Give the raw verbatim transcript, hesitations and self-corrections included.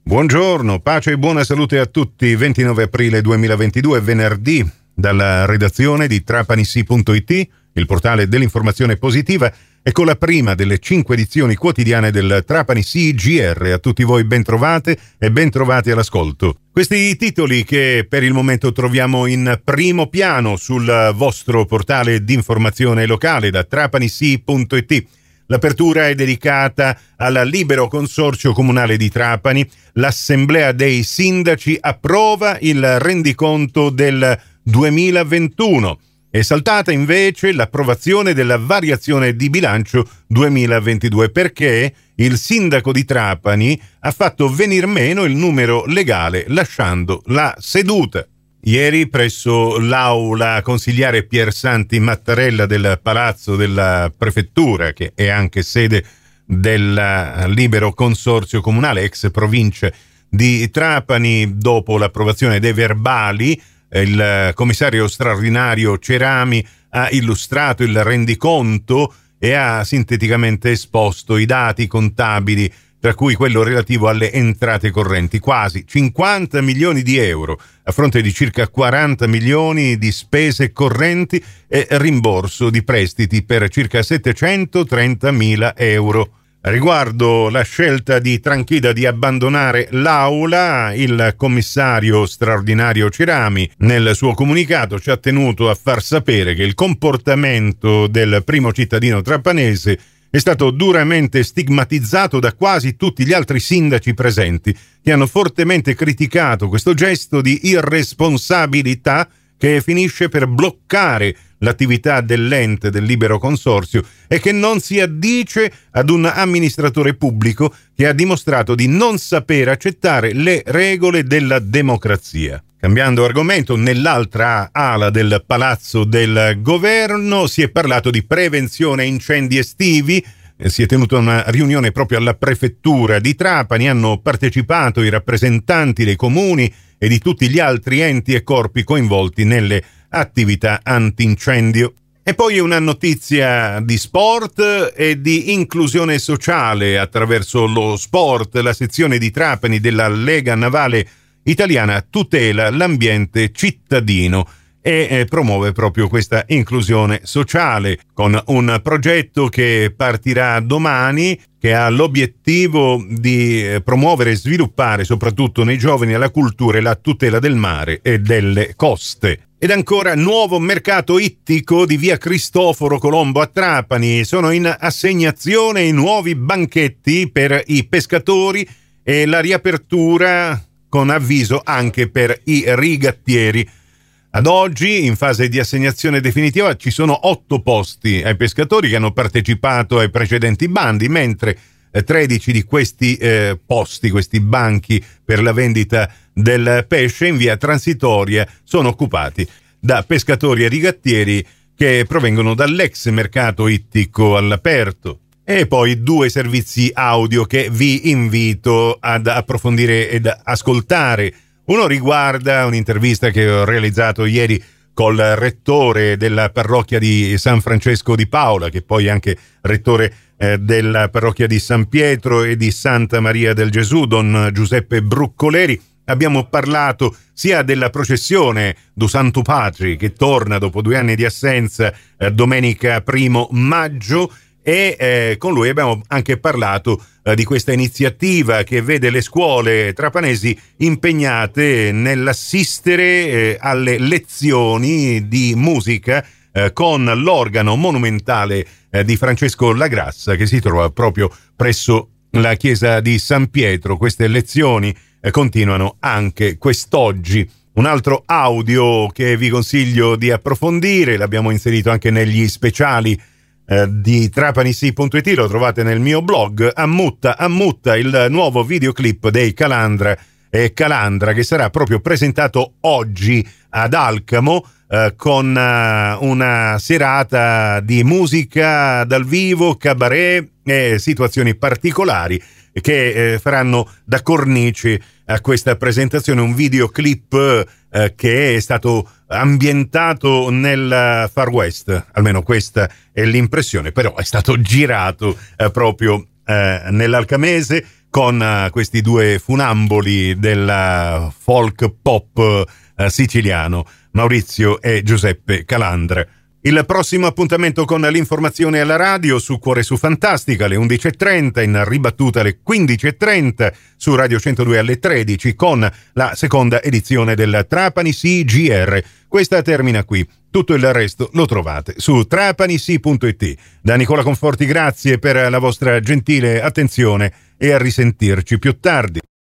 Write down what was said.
Buongiorno, pace e buona salute a tutti. ventinove aprile duemilaventidue, venerdì, dalla redazione di Trapanissi punto it, il portale dell'informazione positiva, e con la prima delle cinque edizioni quotidiane del Trapanissi G R. A tutti voi ben trovate e ben trovati all'ascolto. Questi titoli che per il momento troviamo in primo piano sul vostro portale d'informazione locale da Trapanissi punto it. L'apertura è dedicata al libero consorzio comunale di Trapani. L'assemblea dei sindaci approva il rendiconto del duemilaventuno. È saltata invece l'approvazione della variazione di bilancio duemilaventidue perché il sindaco di Trapani ha fatto venir meno il numero legale lasciando la seduta. Ieri presso l'aula consigliare Piersanti Mattarella del Palazzo della Prefettura, che è anche sede del libero consorzio comunale ex provincia di Trapani, dopo l'approvazione dei verbali, il commissario straordinario Cerami ha illustrato il rendiconto e ha sinteticamente esposto i dati contabili, tra cui quello relativo alle entrate correnti, quasi cinquanta milioni di euro, a fronte di circa quaranta milioni di spese correnti e rimborso di prestiti per circa settecentotrentamila euro. Riguardo la scelta di Tranchida di abbandonare l'aula, il commissario straordinario Cerami nel suo comunicato ci ha tenuto a far sapere che il comportamento del primo cittadino trapanese è stato duramente stigmatizzato da quasi tutti gli altri sindaci presenti, che hanno fortemente criticato questo gesto di irresponsabilità che finisce per bloccare l'attività dell'ente del libero consorzio e che non si addice ad un amministratore pubblico che ha dimostrato di non saper accettare le regole della democrazia. Cambiando argomento, nell'altra ala del Palazzo del Governo si è parlato di prevenzione incendi estivi. Si è tenuta una riunione proprio alla prefettura di Trapani, hanno partecipato i rappresentanti dei comuni e di tutti gli altri enti e corpi coinvolti nelle attività antincendio. E poi una notizia di sport e di inclusione sociale attraverso lo sport. La sezione di Trapani della Lega Navale Italiana tutela l'ambiente cittadino e eh, promuove proprio questa inclusione sociale con un progetto che partirà domani, che ha l'obiettivo di eh, promuovere e sviluppare soprattutto nei giovani la cultura e la tutela del mare e delle coste. Ed ancora, nuovo mercato ittico di via Cristoforo Colombo a Trapani. Sono in assegnazione i nuovi banchetti per i pescatori e la riapertura con avviso anche per i rigattieri. Ad oggi, in fase di assegnazione definitiva, ci sono otto posti ai pescatori che hanno partecipato ai precedenti bandi, mentre tredici di questi eh, posti, questi banchi per la vendita del pesce in via transitoria, sono occupati da pescatori e rigattieri che provengono dall'ex mercato ittico all'aperto. E poi due servizi audio che vi invito ad approfondire ed ascoltare. Uno riguarda un'intervista che ho realizzato ieri col rettore della parrocchia di San Francesco di Paola, che poi è anche rettore eh, della parrocchia di San Pietro e di Santa Maria del Gesù, don Giuseppe Bruccoleri. Abbiamo parlato sia della processione do Santo Patri, che torna dopo due anni di assenza eh, domenica primo maggio, e eh, con lui abbiamo anche parlato eh, di questa iniziativa che vede le scuole trapanesi impegnate nell'assistere eh, alle lezioni di musica eh, con l'organo monumentale eh, di Francesco Lagrassa, che si trova proprio presso la chiesa di San Pietro. Queste lezioni eh, continuano anche quest'oggi. Un altro audio che vi consiglio di approfondire, l'abbiamo inserito anche negli speciali di Trapanissi punto it, lo trovate nel mio blog. Ammutta Ammutta, il nuovo videoclip dei Calandra e Calandra, che sarà proprio presentato oggi ad Alcamo eh, con eh, una serata di musica dal vivo, cabaret e situazioni particolari che eh, faranno da cornice a questa presentazione. Un videoclip eh, che è stato ambientato nel Far West, almeno questa è l'impressione, però è stato girato eh, proprio eh, nell'Alcamese, con uh, questi due funamboli del folk pop uh, siciliano, Maurizio e Giuseppe Calandra. Il prossimo appuntamento con l'informazione alla radio su Cuore su Fantastica alle undici e trenta, in ribattuta alle quindici e trenta su Radio centodue alle tredici con la seconda edizione del Trapani C G R. Questa termina qui, tutto il resto lo trovate su trapanisi punto it. Da Nicola Conforti grazie per la vostra gentile attenzione e a risentirci più tardi.